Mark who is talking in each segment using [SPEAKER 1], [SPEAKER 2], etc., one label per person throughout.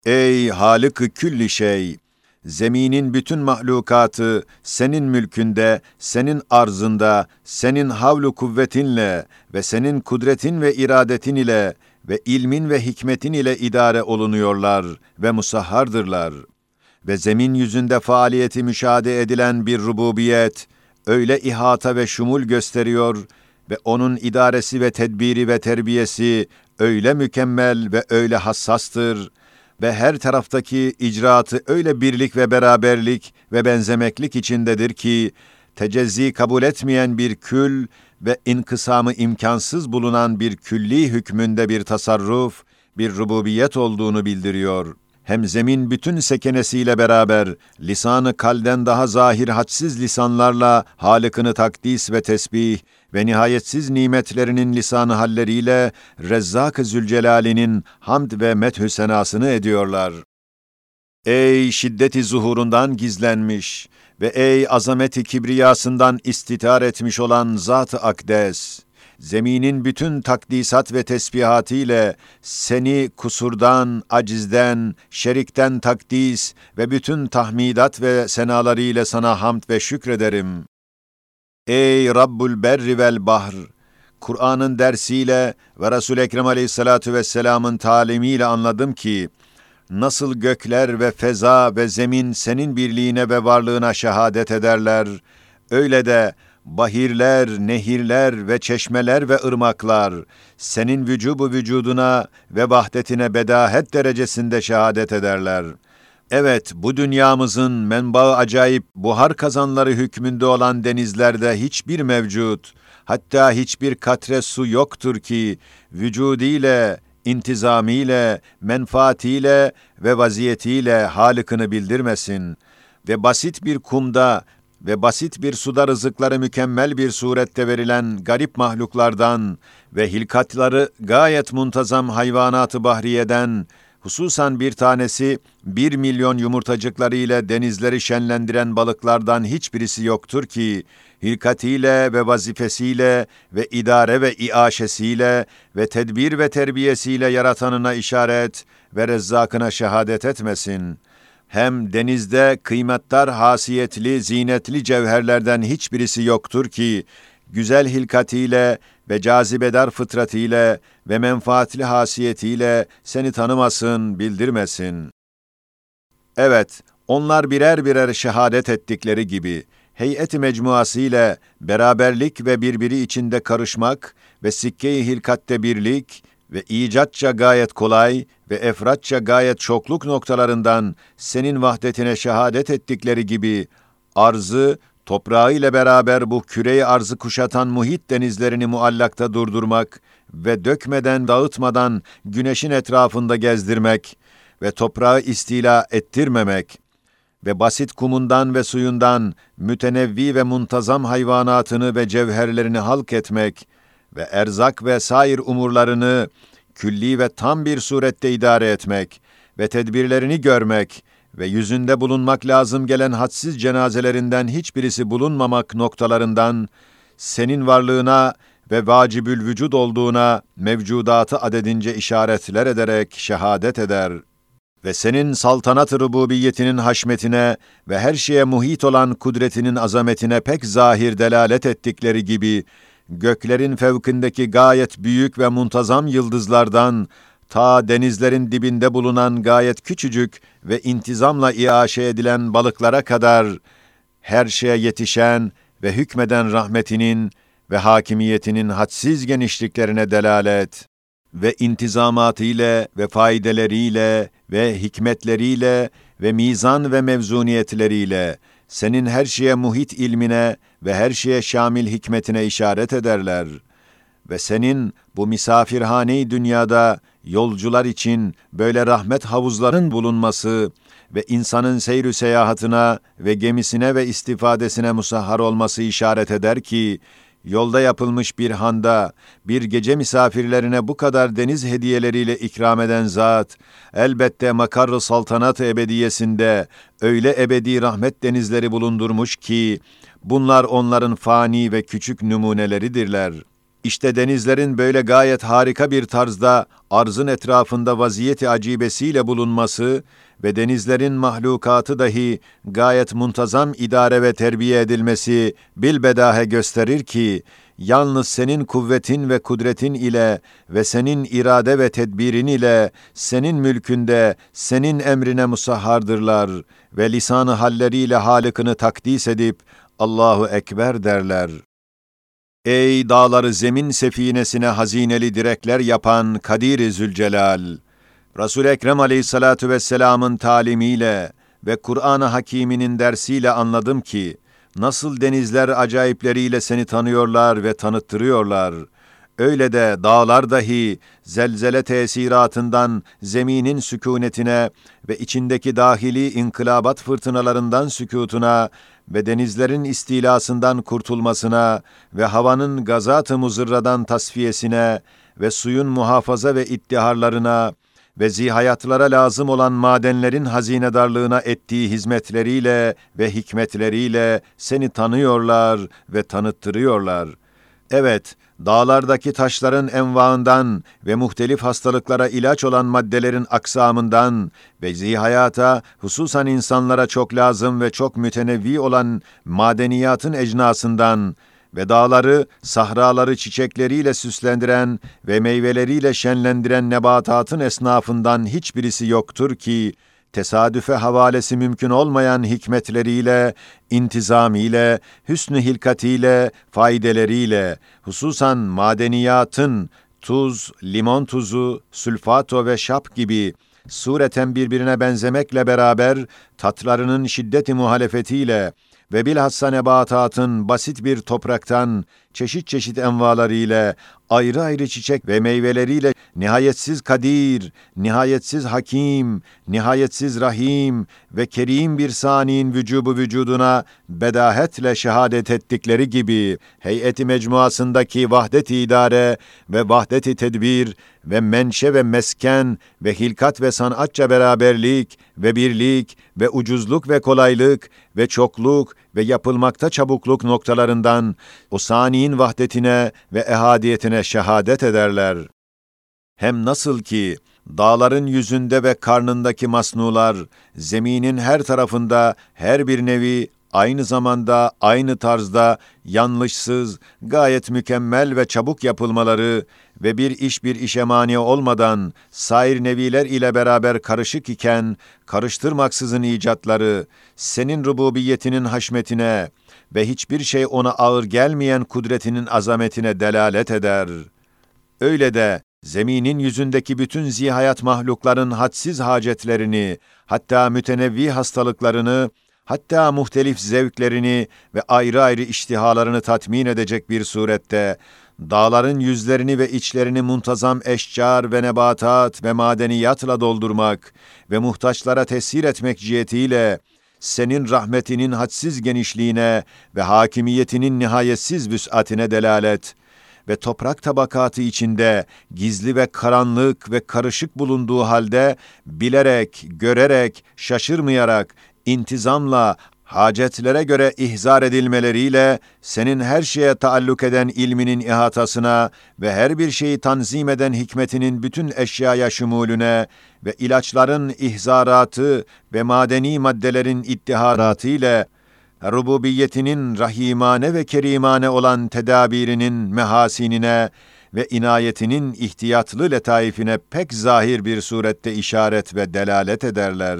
[SPEAKER 1] Ey Halık-ı külli şey! Zeminin bütün mahlukatı senin mülkünde, senin arzında, senin havlu kuvvetinle ve senin kudretin ve iradetin ile ve ilmin ve hikmetin ile idare olunuyorlar ve musahhardırlar. Ve zemin yüzünde faaliyeti müşahede edilen bir rububiyet, öyle ihata ve şumul gösteriyor ve onun idaresi ve tedbiri ve terbiyesi öyle mükemmel ve öyle hassastır ve her taraftaki icraatı öyle birlik ve beraberlik ve benzemeklik içindedir ki, tecezzi kabul etmeyen bir kül ve inkısamı imkansız bulunan bir külli hükmünde bir tasarruf, bir rububiyet olduğunu bildiriyor. Hem zemin bütün sekenesiyle beraber, lisanı kalden daha zahir hadsiz lisanlarla Halık'ını takdis ve tesbih ve nihayetsiz nimetlerinin lisanı halleriyle Rezzak-ı Zülcelal'inin hamd ve methü senasını ediyorlar. Ey şiddeti zuhurundan gizlenmiş ve ey azameti kibriyasından istitar etmiş olan Zat-ı Akdes! Zeminin bütün takdisat ve tesbihatı ile seni kusurdan, acizden, şerikten takdis ve bütün tahmidat ve senaları ile sana hamd ve şükrederim. Ey Rabbul Berri vel Bahr! Kur'an'ın dersiyle ve Resul-i Ekrem Aleyhissalatu vesselam'ın talimiyle anladım ki, nasıl gökler ve feza ve zemin senin birliğine ve varlığına şehadet ederler, öyle de bahirler, nehirler ve çeşmeler ve ırmaklar senin vücubu vücuduna ve vahdetine bedahet derecesinde şehadet ederler. Evet, bu dünyamızın menbaı acayip buhar kazanları hükmünde olan denizlerde hiçbir mevcut, hatta hiçbir katre su yoktur ki vücudiyle, intizamiyle, menfaatiyle ve vaziyetiyle Halık'ını bildirmesin ve basit bir kumda ve basit bir suda rızıkları mükemmel bir surette verilen garip mahluklardan ve hilkatları gayet muntazam hayvanat-ı bahriyeden, hususan bir tanesi 1 milyon yumurtacıkları ile denizleri şenlendiren balıklardan hiçbirisi yoktur ki, hilkatiyle ve vazifesiyle ve idare ve iaşesiyle ve tedbir ve terbiyesiyle yaratanına işaret ve rezzakına şehadet etmesin. Hem denizde kıymetdar hasiyetli, zinetli cevherlerden hiçbirisi yoktur ki, güzel hilkatiyle ve cazibedar fıtratıyla ve menfaatli hasiyetiyle seni tanımasın, bildirmesin. Evet, onlar birer birer şehadet ettikleri gibi, heyet-i mecmuası ile beraberlik ve birbiri içinde karışmak ve sikke-i hilkatte birlik ve icatça gayet kolay ve efratça gayet çokluk noktalarından senin vahdetine şehadet ettikleri gibi, arzı, toprağı ile beraber bu küre-i arzı kuşatan muhit denizlerini muallakta durdurmak ve dökmeden, dağıtmadan güneşin etrafında gezdirmek ve toprağı istila ettirmemek ve basit kumundan ve suyundan mütenevvi ve muntazam hayvanatını ve cevherlerini halk etmek ve erzak ve sair umurlarını külli ve tam bir surette idare etmek ve tedbirlerini görmek ve yüzünde bulunmak lazım gelen hadsiz cenazelerinden hiçbirisi bulunmamak noktalarından senin varlığına ve vacibül vücud olduğuna mevcudatı adedince işaretler ederek şehadet eder ve senin saltanat-ı rububiyetinin haşmetine ve her şeye muhit olan kudretinin azametine pek zahir delalet ettikleri gibi, göklerin fevkindeki gayet büyük ve muntazam yıldızlardan, ta denizlerin dibinde bulunan gayet küçücük ve intizamla iaşe edilen balıklara kadar, her şeye yetişen ve hükmeden rahmetinin ve hakimiyetinin hadsiz genişliklerine delalet ve intizamatıyla ve faydeleriyle ve hikmetleriyle ve mizan ve mevzuniyetleriyle senin her şeye muhit ilmine ve her şeye şamil hikmetine işaret ederler. Ve senin bu misafirhane-i dünyada yolcular için böyle rahmet havuzların bulunması ve insanın seyr-ü seyahatına ve gemisine ve istifadesine musahhar olması işaret eder ki, yolda yapılmış bir handa, bir gece misafirlerine bu kadar deniz hediyeleriyle ikram eden zat, elbette makar-ı saltanat-ı ebediyesinde öyle ebedi rahmet denizleri bulundurmuş ki, bunlar onların fani ve küçük numuneleridirler. İşte denizlerin böyle gayet harika bir tarzda arzın etrafında vaziyeti acibesiyle bulunması ve denizlerin mahlukatı dahi gayet muntazam idare ve terbiye edilmesi bilbedahe gösterir ki, yalnız senin kuvvetin ve kudretin ile ve senin irade ve tedbirin ile senin mülkünde, senin emrine musahhardırlar ve lisan-ı halleriyle Halık'ını takdis edip Allahu Ekber derler. Ey dağları zemin sefinesine hazineli direkler yapan Kadir-i Zülcelal! Resul-i Ekrem aleyhissalatu vesselamın talimiyle ve Kur'an-ı Hakîm'inin dersiyle anladım ki, nasıl denizler acayipleriyle seni tanıyorlar ve tanıttırıyorlar, öyle de dağlar dahi zelzele tesiratından zeminin sükûnetine ve içindeki dahili inkılabat fırtınalarından sükûtuna ve denizlerin istilasından kurtulmasına ve havanın gazat-ı muzırradan tasfiyesine ve suyun muhafaza ve iddiharlarına ve zihayatlara lazım olan madenlerin hazinedarlığına ettiği hizmetleriyle ve hikmetleriyle seni tanıyorlar ve tanıttırıyorlar. Evet, dağlardaki taşların envaından ve muhtelif hastalıklara ilaç olan maddelerin aksamından ve zihayata, hususan insanlara çok lazım ve çok mütenevvi olan madeniyatın ecnasından ve dağları, sahraları çiçekleriyle süslendiren ve meyveleriyle şenlendiren nebatatın esnafından hiçbirisi yoktur ki, tesadüfe havalesi mümkün olmayan hikmetleriyle, intizamiyle, hüsnü hilkatiyle, faydeleriyle, hususan madeniyatın tuz, limon tuzu, sülfato ve şap gibi sureten birbirine benzemekle beraber tatlarının şiddeti muhalefetiyle ve bilhassa nebatatın basit bir topraktan çeşit çeşit envalarıyla, ayrı ayrı çiçek ve meyveleriyle nihayetsiz kadir, nihayetsiz hakim, nihayetsiz rahim ve kerim bir saniin vücubu vücuduna bedahetle şehadet ettikleri gibi, heyeti mecmuasındaki vahdet-i idare ve vahdet-i tedbir ve menşe ve mesken ve hilkat ve sanatça beraberlik ve birlik ve ucuzluk ve kolaylık ve çokluk ve yapılmakta çabukluk noktalarından o saniin vahdetine ve ehadiyetine şehadet ederler. Hem nasıl ki dağların yüzünde ve karnındaki masnular, zeminin her tarafında her bir nevi aynı zamanda aynı tarzda yanlışsız, gayet mükemmel ve çabuk yapılmaları ve bir iş bir işe mani olmadan sair neviler ile beraber karışık iken karıştırmaksızın icatları, senin rububiyetinin haşmetine ve hiçbir şey ona ağır gelmeyen kudretinin azametine delalet eder. Öyle de zeminin yüzündeki bütün zihayat mahlukların hadsiz hacetlerini, hatta mütenevvi hastalıklarını, hatta muhtelif zevklerini ve ayrı ayrı iştihalarını tatmin edecek bir surette, dağların yüzlerini ve içlerini muntazam eşcar ve nebatat ve madeniyatla doldurmak ve muhtaçlara tesir etmek cihetiyle, senin rahmetinin hadsiz genişliğine ve hakimiyetinin nihayetsiz vüs'atine delalet ve toprak tabakatı içinde gizli ve karanlık ve karışık bulunduğu halde bilerek, görerek, şaşırmayarak, intizamla, hacetlere göre ihzar edilmeleriyle senin her şeye taalluk eden ilminin ihatasına ve her bir şeyi tanzim eden hikmetinin bütün eşyaya şumulüne ve ilaçların ihzaratı ve madeni maddelerin ittiharatı ile rububiyetinin rahimane ve kerimane olan tedabirinin mehasinine ve inayetinin ihtiyatlı letaifine pek zahir bir surette işaret ve delalet ederler.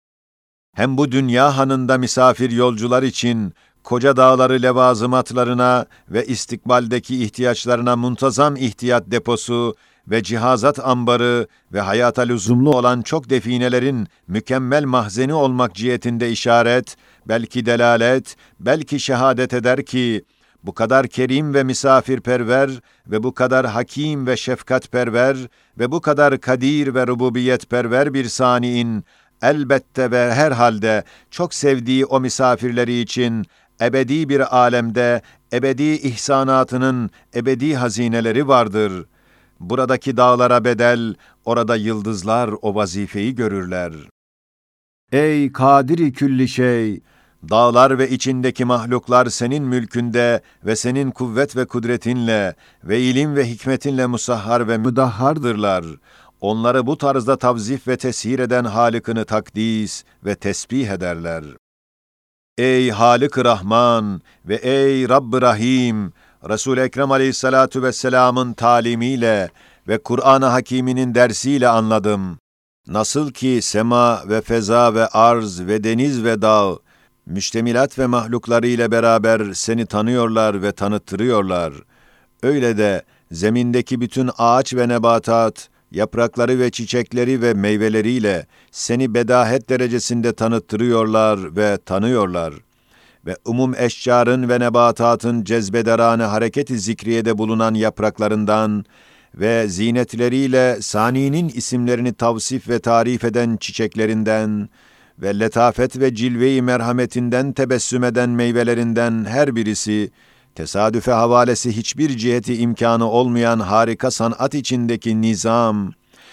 [SPEAKER 1] Hem bu dünya hanında misafir yolcular için koca dağları levazımatlarına ve istikbaldeki ihtiyaçlarına muntazam ihtiyat deposu ve cihazat ambarı ve hayata lüzumlu olan çok definelerin mükemmel mahzeni olmak cihetinde işaret, belki delalet, belki şehadet eder ki, bu kadar kerim ve misafirperver ve bu kadar hakim ve şefkatperver ve bu kadar kadir ve rububiyetperver bir saniin, elbette ve herhalde çok sevdiği o misafirleri için ebedi bir alemde ebedi ihsanatının ebedi hazineleri vardır. Buradaki dağlara bedel, orada yıldızlar o vazifeyi görürler. Ey Kadir-i külli şey! Dağlar ve içindeki mahluklar senin mülkünde ve senin kuvvet ve kudretinle ve ilim ve hikmetinle musahhar ve müdahhardırlar. Onları bu tarzda tavzif ve teshir eden Halık'ını takdis ve tesbih ederler. Ey Halık-ı Rahman ve ey Rabb-ı Rahim! Resul-i Ekrem aleyhissalatu vesselamın talimiyle ve Kur'an-ı Hakîm'inin dersiyle anladım. Nasıl ki sema ve feza ve arz ve deniz ve dağ, müştemilat ve mahluklarıyla beraber seni tanıyorlar ve tanıttırıyorlar. Öyle de zemindeki bütün ağaç ve nebatat, yaprakları ve çiçekleri ve meyveleriyle seni bedahet derecesinde tanıttırıyorlar ve tanıyorlar. Ve eşcarın ve nebatatın cezbederane hareket-i zikriyede bulunan yapraklarından ve zinetleriyle saninin isimlerini tavsif ve tarif eden çiçeklerinden ve letafet ve cilve-i merhametinden tebessüm eden meyvelerinden her birisi, tesadüfe havalesi hiçbir ciheti imkanı olmayan harika sanat içindeki nizam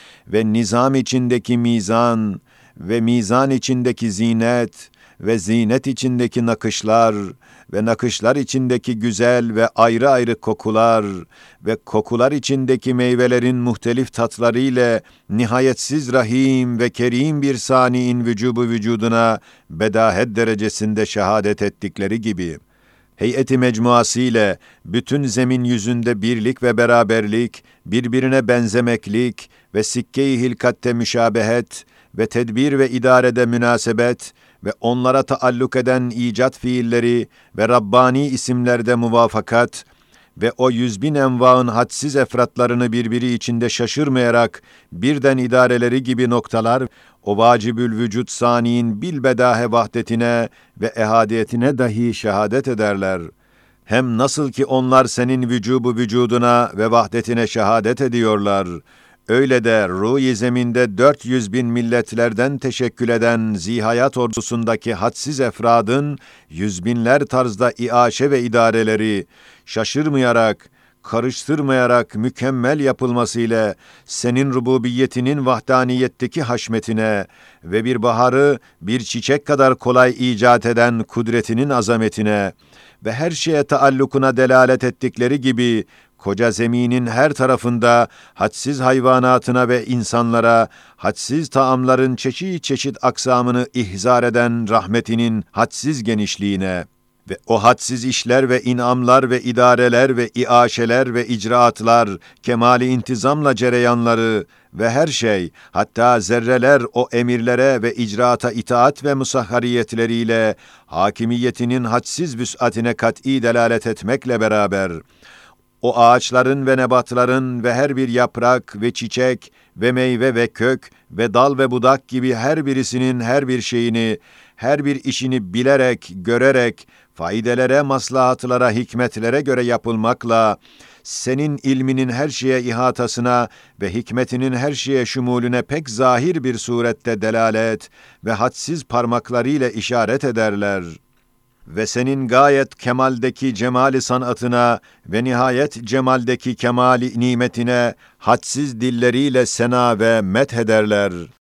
[SPEAKER 1] ve nizam içindeki mizan ve mizan içindeki zinet ve zinet içindeki nakışlar ve nakışlar içindeki güzel ve ayrı ayrı kokular ve kokular içindeki meyvelerin muhtelif tatları ile nihayetsiz rahim ve kerim bir saniin vücubu vücuduna bedahet derecesinde şehadet ettikleri gibi, heyeti mecmuası ile bütün zemin yüzünde birlik ve beraberlik, birbirine benzemeklik ve sikke-i hilkatte müşabehet ve tedbir ve idarede münasebet ve onlara taalluk eden icat fiilleri ve Rabbani isimlerde muvafakat ve o 100.000 envaın hadsiz efratlarını birbiri içinde şaşırmayarak birden idareleri gibi noktalar, o vacibül vücut saniin bilbedahe vahdetine ve ehadiyetine dahi şehadet ederler. Hem nasıl ki onlar senin vücubu vücuduna ve vahdetine şehadet ediyorlar, öyle de ruh-i zeminde 400.000 milletlerden teşekkül eden zihayat ordusundaki hadsiz efradın 100.000'ler tarzda iaşe ve idareleri şaşırmayarak, karıştırmayarak mükemmel yapılmasıyla senin rububiyetinin vahdaniyetteki haşmetine ve bir baharı bir çiçek kadar kolay icat eden kudretinin azametine ve her şeye taallukuna delalet ettikleri gibi koca zeminin her tarafında hadsiz hayvanatına ve insanlara hadsiz taamların çeşit çeşit aksamını ihzar eden rahmetinin hadsiz genişliğine ve o hadsiz işler ve inamlar ve idareler ve iaşeler ve icraatlar, kemali intizamla cereyanları ve her şey, hatta zerreler o emirlere ve icraata itaat ve musahhariyetleriyle hakimiyetinin hadsiz vüs'atine kat'i delalet etmekle beraber, o ağaçların ve nebatların ve her bir yaprak ve çiçek ve meyve ve kök ve dal ve budak gibi her birisinin her bir şeyini, her bir işini bilerek, görerek, faydelere, maslahatlara, hikmetlere göre yapılmakla, senin ilminin her şeye ihatasına ve hikmetinin her şeye şumulüne pek zahir bir surette delalet ve hadsiz parmaklarıyla işaret ederler. Ve senin gayet kemaldeki cemali sanatına ve nihayet cemaldeki kemali nimetine hadsiz dilleriyle sena ve methederler.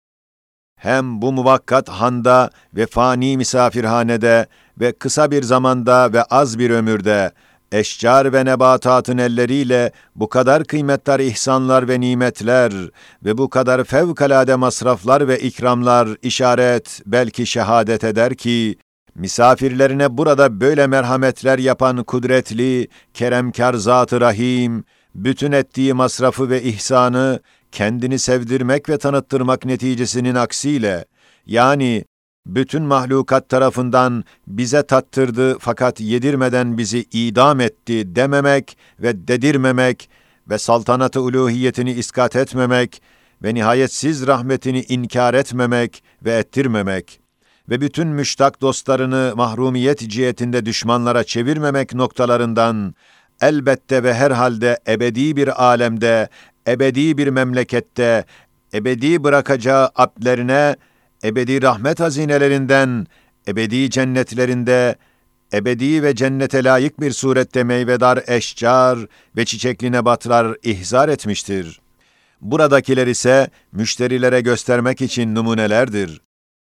[SPEAKER 1] Hem bu muvakkat handa ve fani misafirhanede ve kısa bir zamanda ve az bir ömürde eşcar ve nebatatın elleriyle bu kadar kıymetli ihsanlar ve nimetler ve bu kadar fevkalade masraflar ve ikramlar işaret belki şehadet eder ki, misafirlerine burada böyle merhametler yapan kudretli, keremkar Zat-ı Rahim, bütün ettiği masrafı ve ihsanı, kendini sevdirmek ve tanıttırmak neticesinin aksiyle, yani bütün mahlukat tarafından bize tattırdı fakat yedirmeden bizi idam etti dememek ve dedirmemek ve saltanat-ı uluhiyetini iskat etmemek ve nihayetsiz rahmetini inkar etmemek ve ettirmemek ve bütün müştak dostlarını mahrumiyet cihetinde düşmanlara çevirmemek noktalarından elbette ve herhalde ebedi bir alemde, ebedi bir memlekette, ebedi bırakacağı abdlerine, ebedi rahmet hazinelerinden, ebedi cennetlerinde, ebedi ve cennete layık bir surette meyvedar eşcar ve çiçekli nebatlar ihzar etmiştir. Buradakiler ise müşterilere göstermek için numunelerdir.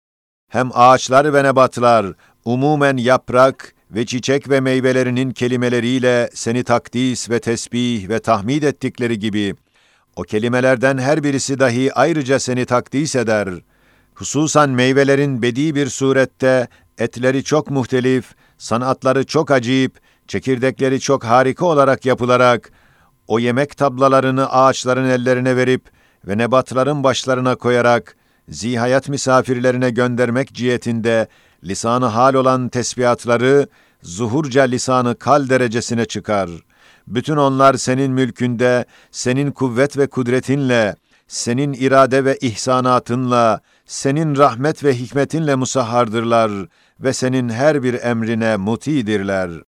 [SPEAKER 1] Hem ağaçlar ve nebatlar, umumen yaprak ve çiçek ve meyvelerinin kelimeleriyle seni takdis ve tesbih ve tahmid ettikleri gibi, o kelimelerden her birisi dahi ayrıca seni takdis eder. Hususan meyvelerin bedi bir surette, etleri çok muhtelif, sanatları çok acayip, çekirdekleri çok harika olarak yapılarak, o yemek tablalarını ağaçların ellerine verip ve nebatların başlarına koyarak, zihayat misafirlerine göndermek cihetinde, lisanı hal olan tesbihatları, zuhurca lisanı kal derecesine çıkar. Bütün onlar senin mülkünde, senin kuvvet ve kudretinle, senin irade ve ihsanatınla, senin rahmet ve hikmetinle musahhardırlar ve senin her bir emrine mutidirler.